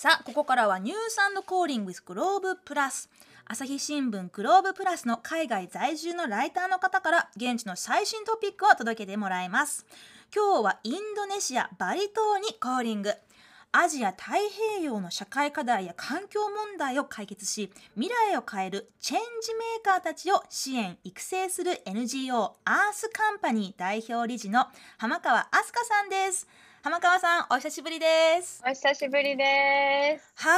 さあ、ここからはニュースコーリング with グローブプラス。朝日新聞グローブプラスの海外在住のライターの方から現地の最新トピックを届けてもらいます。今日はインドネシア・バリ島にコーリング。アジア太平洋の社会課題や環境問題を解決し、未来を変えるチェンジメーカーたちを支援・育成する NGO アースカンパニー代表理事の浜川明日香さんです。浜川さん、お久しぶりです。 お久しぶりです。 はい、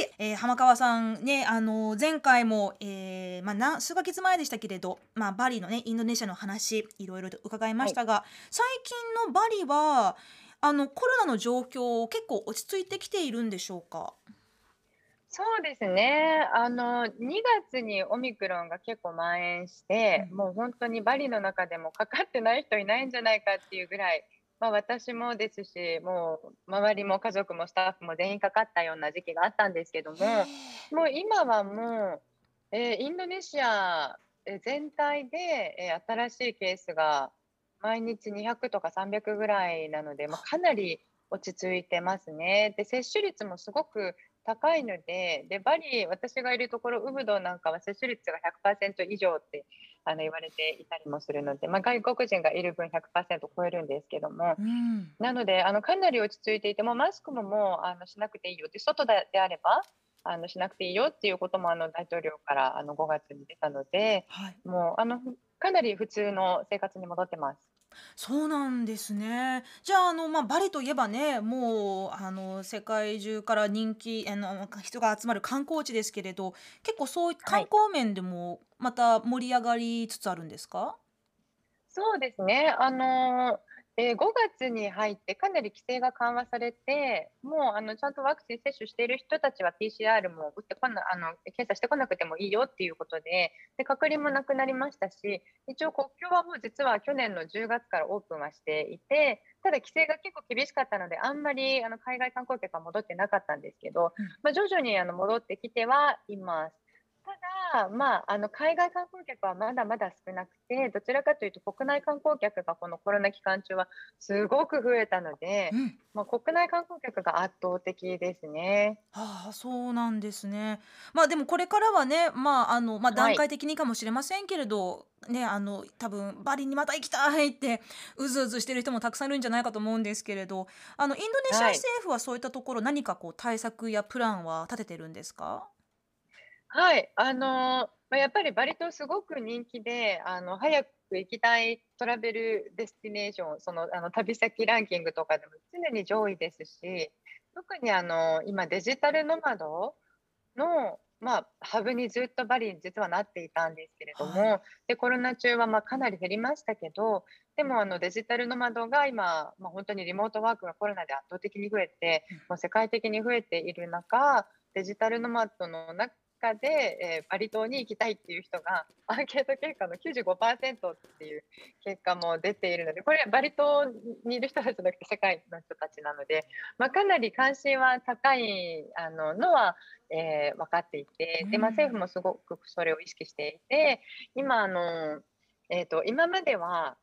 浜川さんね、前回も、数ヶ月前でしたけれど、バリのね、インドネシアの話、いろいろと伺いまはい。 したが、最近のバリは、コロナの状況、結構落ち着いてきているんでしょうか？ そうですね。2月にオミクロンが結構蔓延して、 うん。 もう本当にバリの中でもかかってない人いないんじゃないかっていうぐらい、私もですし、もう周りも家族もスタッフも全員かかったような時期があったんですけどへも、 え。 もう今はもう、インドネシア、全体で、新しいケースが毎日200とか300ぐらいなので、かなり落ち着いてますね。で、接種率もすごく高いので、バリ、私がいるところ、ウブドなんかは接種率が100%以上って言われていたりもするので、外国人がいる分100%超えるんですけども、 うん。 なので、かなり落ち着いていて、もうマスクももうしなくていいよって、であればしなくていいよっていうことも大統領から5月に出たので、 はい。 もうかなり普通の生活に戻ってます。 そうなんですね。じゃあ、バリといえばね、もう、世界中から人気人が集まる観光地ですけれど、結構そうい観はい。 光面でもまた盛り上がりつつあるんですか？ そうですね。5月に入ってかなり規制が緩和されて、もうちゃんとワクチン接種している人たちは PCR も打ってこな検査してこなくてもいいよっていうことで、隔離もなくなりましたし、一応国境はもう実は去年の10月からオープンはしていて、ただ規制が結構厳しかったので、あんまり海外観光客は戻ってなかったんですけど、 うん。 徐々に戻ってきてはいます。ただ、海外観光客はまだまだ少なくて、どちらかというと国内観光客がこのコロナ期間中はすごく増えたので、 うん。 国内観光客が圧倒的ですね。 ああ、そうなんですね。でもこれからはね、段はい。 階的にかもしれませんけれど、ね、多分バリにまた行きたいってうずうずしてる人もたくさんいるんじゃないかと思うんですけれど、インドネシアはい。 政府はそういったところ、何かこう対策やプランは立ててるんですか？ はい。やっぱりバリ島すごく人気で、早く行きたいトラベルデスティネーション、旅先ランキングとかでも常に上位ですし、特に今デジタルノマドの、ハブにずっとバリに実はなっていたんですけれどはい。 も、で、コロナ中は、かなり減りましたけど、でも、デジタルノマドが今、本当にリモートワークがコロナで圧倒的に増えて、もう世界的に増えている中、デジタルノマドの中で、バリ島に行きたいっていう人が、アンケート結果の95%っていう結果も出ているので、これはバリ島にいる人たちじゃなくて世界の人たちなので、かなり関心は高い、のは分かっていて、で、政府もすごくそれを意識していて、今今までは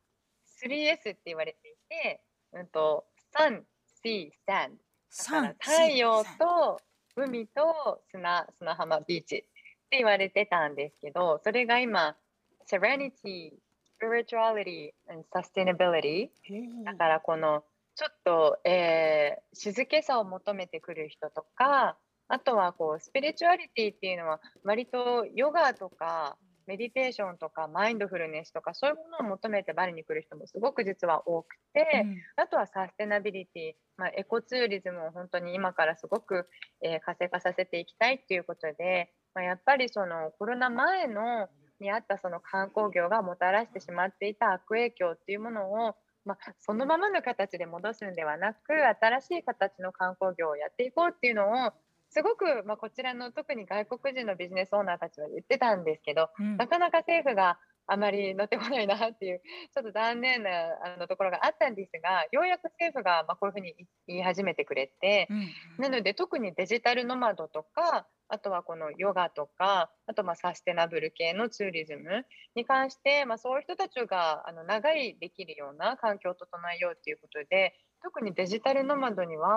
3S って言われていて、Sun, Sea, Sand だから 3、 太 4、 陽 3。 と海と砂浜、ビーチって言われてたんですけど、それが今、Serenity, Spirituality and Sustainability おお。 だからこのちょっと、静けさを求めてくる人とか、あとはこうスピリチュアリティっていうのは、割とヨガとかメディテーションとかマインドフルネスとか、そういうものを求めてバリに来る人もすごく実は多くて、 うん。 あとはサステナビリティ、エコツーリズムを本当に今からすごく、活性化させていきたいっていうことで、やっぱりそのコロナ前のにあったその観光業がもたらしてしまっていた悪影響っていうものを、そのままの形で戻すんではなく、新しい形の観光業をやっていこうっていうのを、すごく、こちらの特に外国人のビジネスオーナーたちは言ってたんですけど、 うん。 なかなか政府があまり乗ってこないなっていう、ちょっと残念なところがあったんですが、ようやく政府がこういうふうに言い始めてくれて、 うんうん。 なので特にデジタルノマドとか、あとはこのヨガとか、あとサステナブル系のツーリズムに関して、そういう人たちが長居できるような環境を整えようということで、特にデジタルノマドには、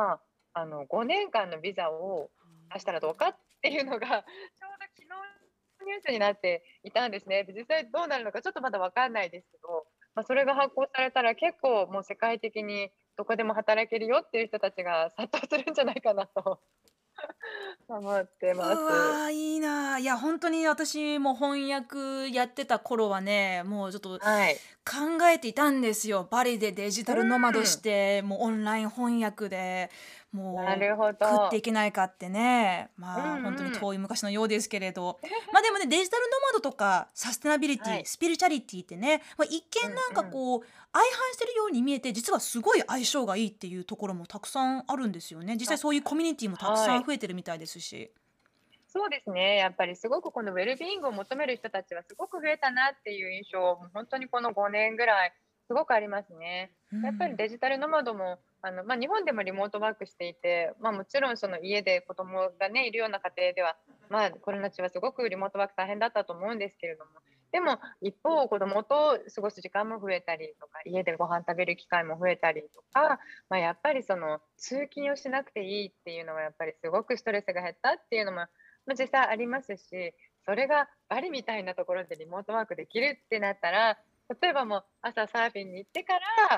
5年間のビザを出したらどうかっていうのが、ちょうど昨日ニュースになっていたんですね。で、実際どうなるのかちょっとまだわかんないですけど、それが発行されたら結構もう世界的にどこでも働けるよっていう人たちが殺到するんじゃないかなと思ってうます。 わー、いいな。いや、本当に私も翻訳やってた頃はね、もうちょっとはい。 考えていたんですよ。バリでデジうタルノマドしん、 て、もうオンライン翻訳で、もうなるほ食ってど。 いけないかってね。 うんまあ、本当にうん。 遠い昔のようですけれど。ま、でもね、デジタルノマドとかサステナビリティ、 はい。 スピリチュアリティってね、一見うんなんうん。 かこう、相反してるように見えて、実はすごい相性がいいっていうところもたくさんあるんですよね。実際あ、 そういうコミュニティもたくはい。 さん増えてるみたいですし。 そうですね。やっぱりすごくこのウェルビーイングを求める人たちはすごく増えたなっていう印象、もう本当にこの5年ぐらいすごくありますね。やっぱりうん。 デジタルノマドも、日本でもリモートワークしていて、もちろんその家で子供がね、いるような家庭では、コロナ中はすごくリモートワーク大変だったと思うんですけれども、でも一方、子供と過ごす時間も増えたりとか、家でご飯食べる機会も増えたりとか、やっぱりその通勤をしなくていいっていうのはやっぱりすごくストレスが減ったっていうのも実際ありますし、それがバリみたいなところでリモートワークできるってなったら、例えばもう朝サーフィンに行ってから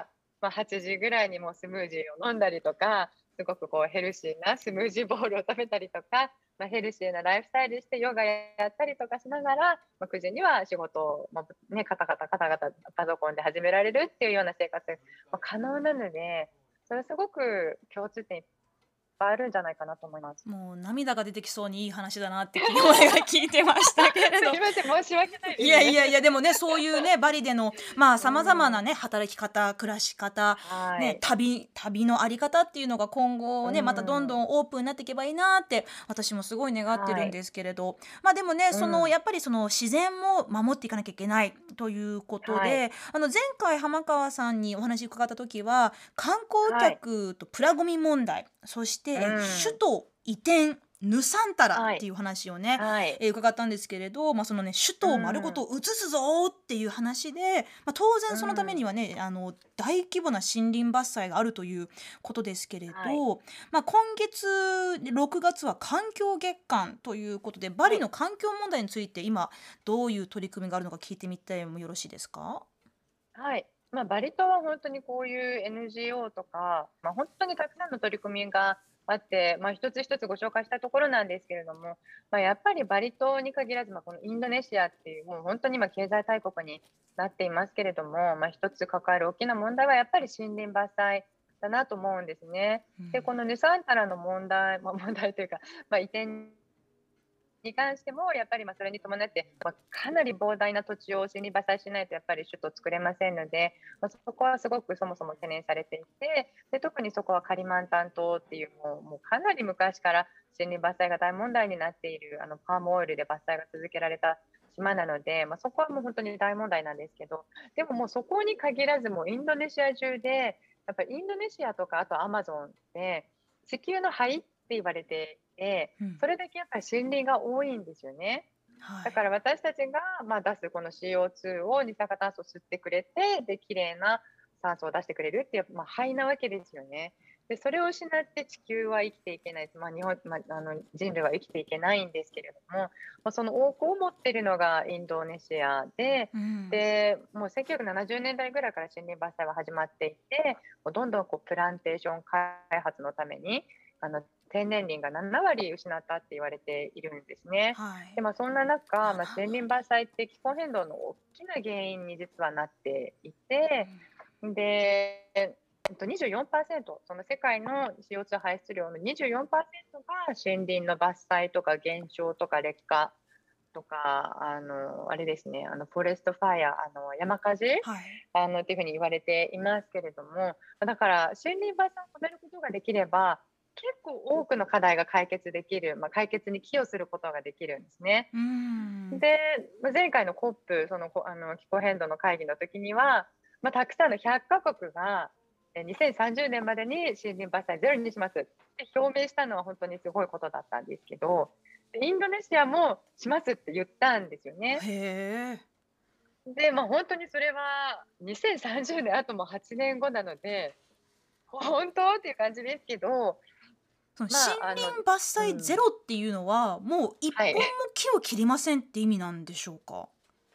、8時ぐらいにもうスムージーを飲んだりとか、すごくこうヘルシーなスムージーボールを食べたりとか、ヘルシーなライフスタイルしてヨガやったりとかしながら、9時には仕事を、ね、カタカタカタカタパソコンで始められるっていうような生活が可能なので、それはすごく共通点いっぱいあるんじゃないかなと思います。 もう涙が出てきそうにいい話だなって昨日映画聞いてましたけれど。 すいません、申し訳ないいですね。 やいやいや、でもね、そういうね、バリでの、 う様々なん。 ね、働き方、暮らし方、ね、 はい。 旅のあり方っていうのが今う後ね、またどんどん。 んオープンになっていけばいいなって、私もすごい願ってはい。 るんですけれど。でもね、 うん。 やっぱり自然も守っていかなきゃいけないということはい。 で、前回浜川さんにお話伺った時は、観光はい。 客とプラゴミ問題、そして、 う首ん。 都移転ヌサンタラはい。 っていう話をね、 はい。 伺ったんですけれど、そのね、首う都を丸ごん。 と移すぞっていう話で、当然そのためうん。 にはね、大規模な森林伐採があるということですけれはい。 ど、今月6月は環境月間ということで、バはい。 リの環境問題について今どういう取り組みがあるのか聞いてみてもよろしいですか？ はい。バリ島は本当にこういう NGO とか、本当にたくさんの取り組みがあって、一つ一つご紹介したところなんですけれども、やっぱりバリ島に限らず、このインドネシアっていう、もう本当に今経済大国になっていますけれども、一つ抱える大きな問題はやっぱり森林伐採だなと思うんですね。で、 うん。 このヌサンタラの問題、問題というか、移転に関しても、やっぱりそれに伴って、かなり膨大な土地を森林伐採しないとやっぱり首都作れませんので、そこはすごくそもそも懸念されていて、で特にそこはカリマンタン島っていうもうかなり昔から森林伐採が大問題になっているパームオイルで伐採が続けられた島なので、そこはもう本当に大問題なんですけど、でももうそこに限らずもうインドネシア中で、やっぱりインドネシアとかあとアマゾンで地球の肺って言われていて、 うん。 それだけやっぱり森林が多いんですよね。だかはい。 ら私たちが、出すこの CO2 を二酸化炭素を吸ってくれて、で、綺麗な酸素を出してくれるっていう、肺なわけですよね。で、それを失って地球は生きていけないです。日本、人類は生きていけないんですけれども、その多くを持っているのがインドネシアで、 うん。 で、もう1970年代ぐらいから森林伐採は始まっていて、どんどんプランテーション開発のために、天然林が7割失ったって言われているんですね。で、 はい。 そんな中、森林 7割。 伐採って気候変動の大きな原因に実はなっていて、 うん。 で、24%、その世界の CO2 排出量の24%が森林の伐採とか減少とか劣化とか、あれですね、フォレストファイア、山火事はい。 っていうふうに言われていますけれども、だから森林伐採を止めることができれば、結構多くの課題が解決できる、解決に寄与することができるんですね。 うーん。 で、前回の COP、その気候変動の会議の時には、たくさんの100カ国が2030年までに森林伐採ゼロにしますって表明したのは本当にすごいことだったんですけど、インドネシアもしますって言ったんですよね。 へえ。 で、本当にそれは2030年、あともう8年後なので、本当っていう感じですけど、 そのま森あ林伐採ゼうん、 ロっていうのはもう一はい。 本も木を切りませんって意味なんでしょうか？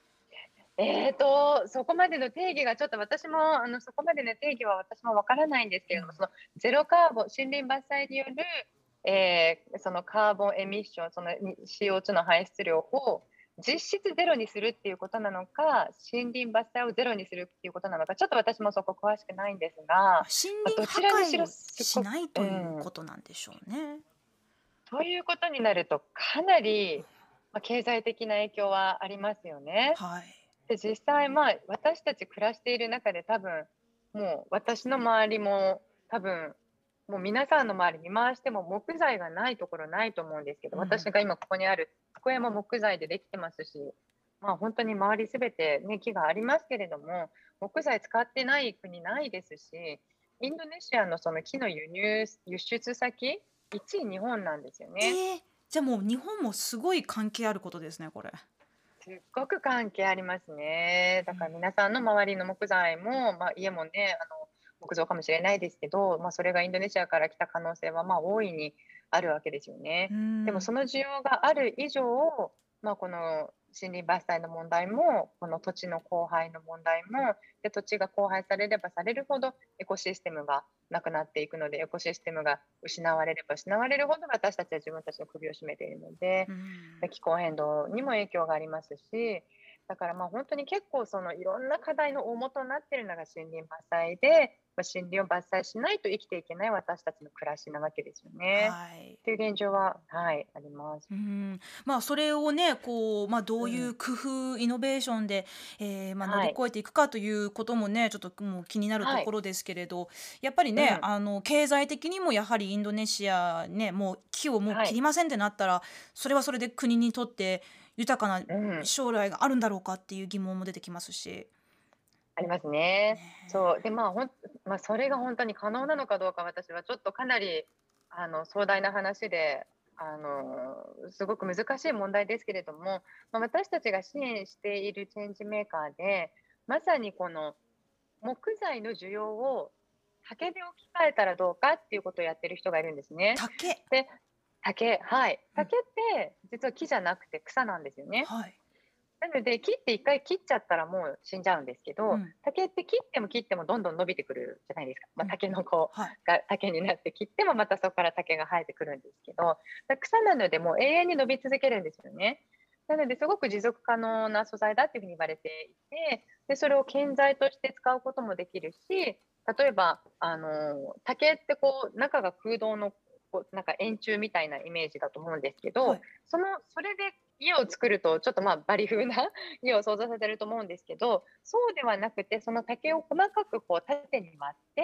そこまでの定義がちょっと私も、そこまでの定義は私もわからないんですけれども、 うん。 そのゼロカーボン、森林伐採による、そのカーボンエミッション、CO2 の排出量を実質ゼロにするっていうことなのか、森林伐採をゼロにするっていうことなのか、ちょっと私もそこ詳しくないんですが、 森林どち破壊らにしろをしすっごくないということなんでしょうね。 ということになると、かなり、経済的な影響はありますよね。 はい。 で、実際、私たち暮らしている中で多分、もう私の周りも多分、もう皆さんの周り見回しても木材がないところないと思うんですけど、私うん。 が今ここにある机も木材でできてますし、本当に周りすべてね、木がありますけれども、木材使ってない国ないですし、インドネシアのその木の輸出先、1位日本なんですよね。 ええ、じゃあもう日本もすごい関係あることですね、これ。 すっごく関係ありますね。だから皆さんの周りの木材も、家もね、木造かもしれないですけど、それがインドネシアから来た可能性は、大いにあるわけですよね。 うーでもん。 その需要がある以上、この森林伐採の問題も、この土地の荒廃の問題も、で、土地が荒廃されればされるほど、エコシステムがなくなっていくので、エコシステムが失われれば失われるほど、私たちは自分たちの首を絞めているので、 うーん。 気候変動にも影響がありますし、だから本当に結構そのいろんな課題の大元になっているのが森林伐採で、森林を伐採しないと生きていけない私たちの暮らしなわけですよね。 はい。 っていう現状は、はい、あります。 うーん。それをね、こう、どういうん。 う工夫、イノベーションで、乗はい。 り越えていくかということもね、ちょっともう気になるとはい。 ころですけれど、やっぱりね、 うん。 経済的にもやはりインドネシアね、もう木をもうはい。 切りませんってなったら、それはそれで国にとって豊かなうん。 将来があるんだろうかっていう疑問も出てきますし。 ありますね。そう。 ねで、それが本当に可能なのかどうか、私はちょっとかなり、壮大な話で、すごく難しい問題ですけれども、私たちが支援しているチェンジメーカーで、まさにこの木材の需要を竹で置き換えたらどうかっていうことをやってる人がいるんですね。 竹。 で、はい。 うん。 竹って実は木じゃなくて草なんですよね。 はい。 なので、木って一回切っちゃったらもう死んじゃうんですけど、 うん。 竹って切っても切ってもどんどん伸びてくるじゃないですか。 うん。 タケノコはい。 が竹になって切ってもまたそこから竹が生えてくるんですけど、草なのでもう永遠に伸び続けるんですよね。なのですごく持続可能な素材だっていうふうに言われていて、で、それを建材として使うこともできるし、例えば、竹ってこう中が空洞のなんか円柱みたいなイメージだと思うんですけど、 はい。 それで家を作るとちょっとバリ風な家を想像させると思うんですけど、そうではなくて、その竹を細かくこう縦に割って、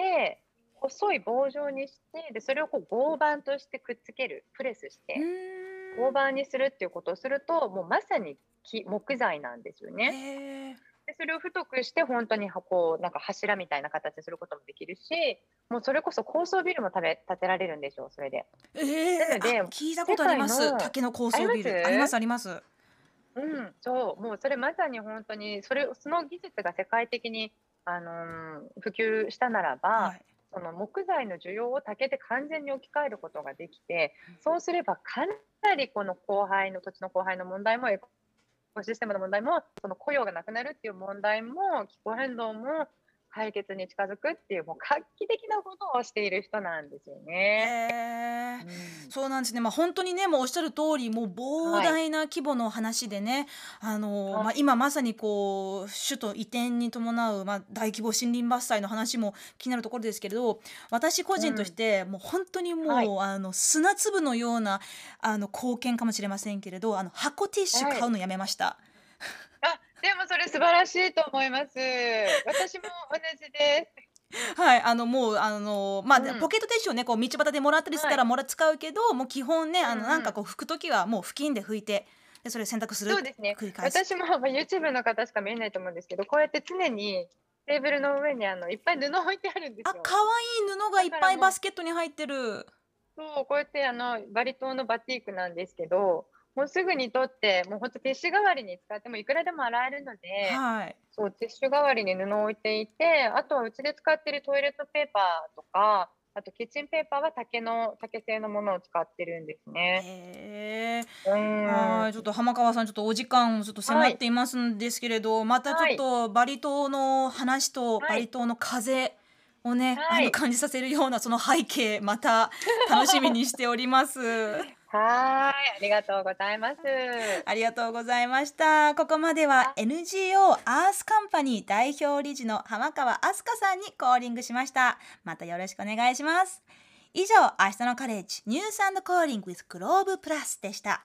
細い棒状にして、で、それをこう合板としてくっつける、プレスしうーて、合ん。 板にするっていうことをすると、もうまさに木材なんですよへね。 え。 で、それを太くして本当になんか柱みたいな形にすることもできるし、もうそれこそ高層ビルも建てられるんですよ、それで。 ええ、あ、 なので、 聞いたこ世とあります。 界の竹の高あります？ 層ビル。ありますあります。 うん、そう、もうそれまさに本当に、その技術が世界的に、普及したならば、 はい。 その木材の需要を竹で完全に置き換えることができて、そうすればかなりこの土地の荒廃の問題もエコシステムの問題も、その雇用がなくなるっていう問題も、気候変動も解決に近づくっていう、もう画期的なことをしている人なんですよへね。 え。 うん。 そうなんですね。本当にね、もうおっしゃる通り、もう膨はい。 大な規模の話でね、 はい。 今まさにこう、首都移転に伴う、大規模森林伐採の話も気になるところですけれど、私個人としうん。 て、もう本当にはい。 もう、砂粒のような、貢献かもしれませんけれど、箱ティッシュはい。 買うのやめました。 でもそれ素晴らしいと思います。私も同じです。 はい、もう、 うん。 ポケットティッシュをね、こう道端でもらったりしたはい。 ら使うけど、もう基本ね、なんうんうん。 かこう拭くときはもう布巾で拭いて、で、それ洗濯するってそうですね。 繰り返す。 私も、YouTube の方しか見えないと思うんですけど、こうやって常にテーブルの上にいっぱい布置いてあるんであ、 すよ。 可愛い布がだいっぱいバスからもうケットに入ってる。 そう、こうやってバリ島のバティークなんですけど、もうすぐに取って、もうほんとティッシュ代わりに使ってもいくらでも洗えるので、 はい。 そう、ティッシュ代わりに布を置いていて、あとはうちで使ってるトイレットペーパーとか、 あとキッチンペーパーは竹製のものを使ってるんですね。 へえ。 うーん。 はい、ちょっと浜川さん、ちょっとお時間ちょっと迫はい。 っていますんですけれど、またちょっはい。 とバリ島の話とはい。 バリ島の風をね、 はい。 感じさせるようなその背景、また楽しみにしております。 はーい。ありがとうございます。 ありがとうございました。ここまではあ、 NGO アースカンパニー代表理事の浜川飛鳥さんにコーリングしました。またよろしくお願いします。以上、明日のカレッジニュースコーリング with グローブプラスでした。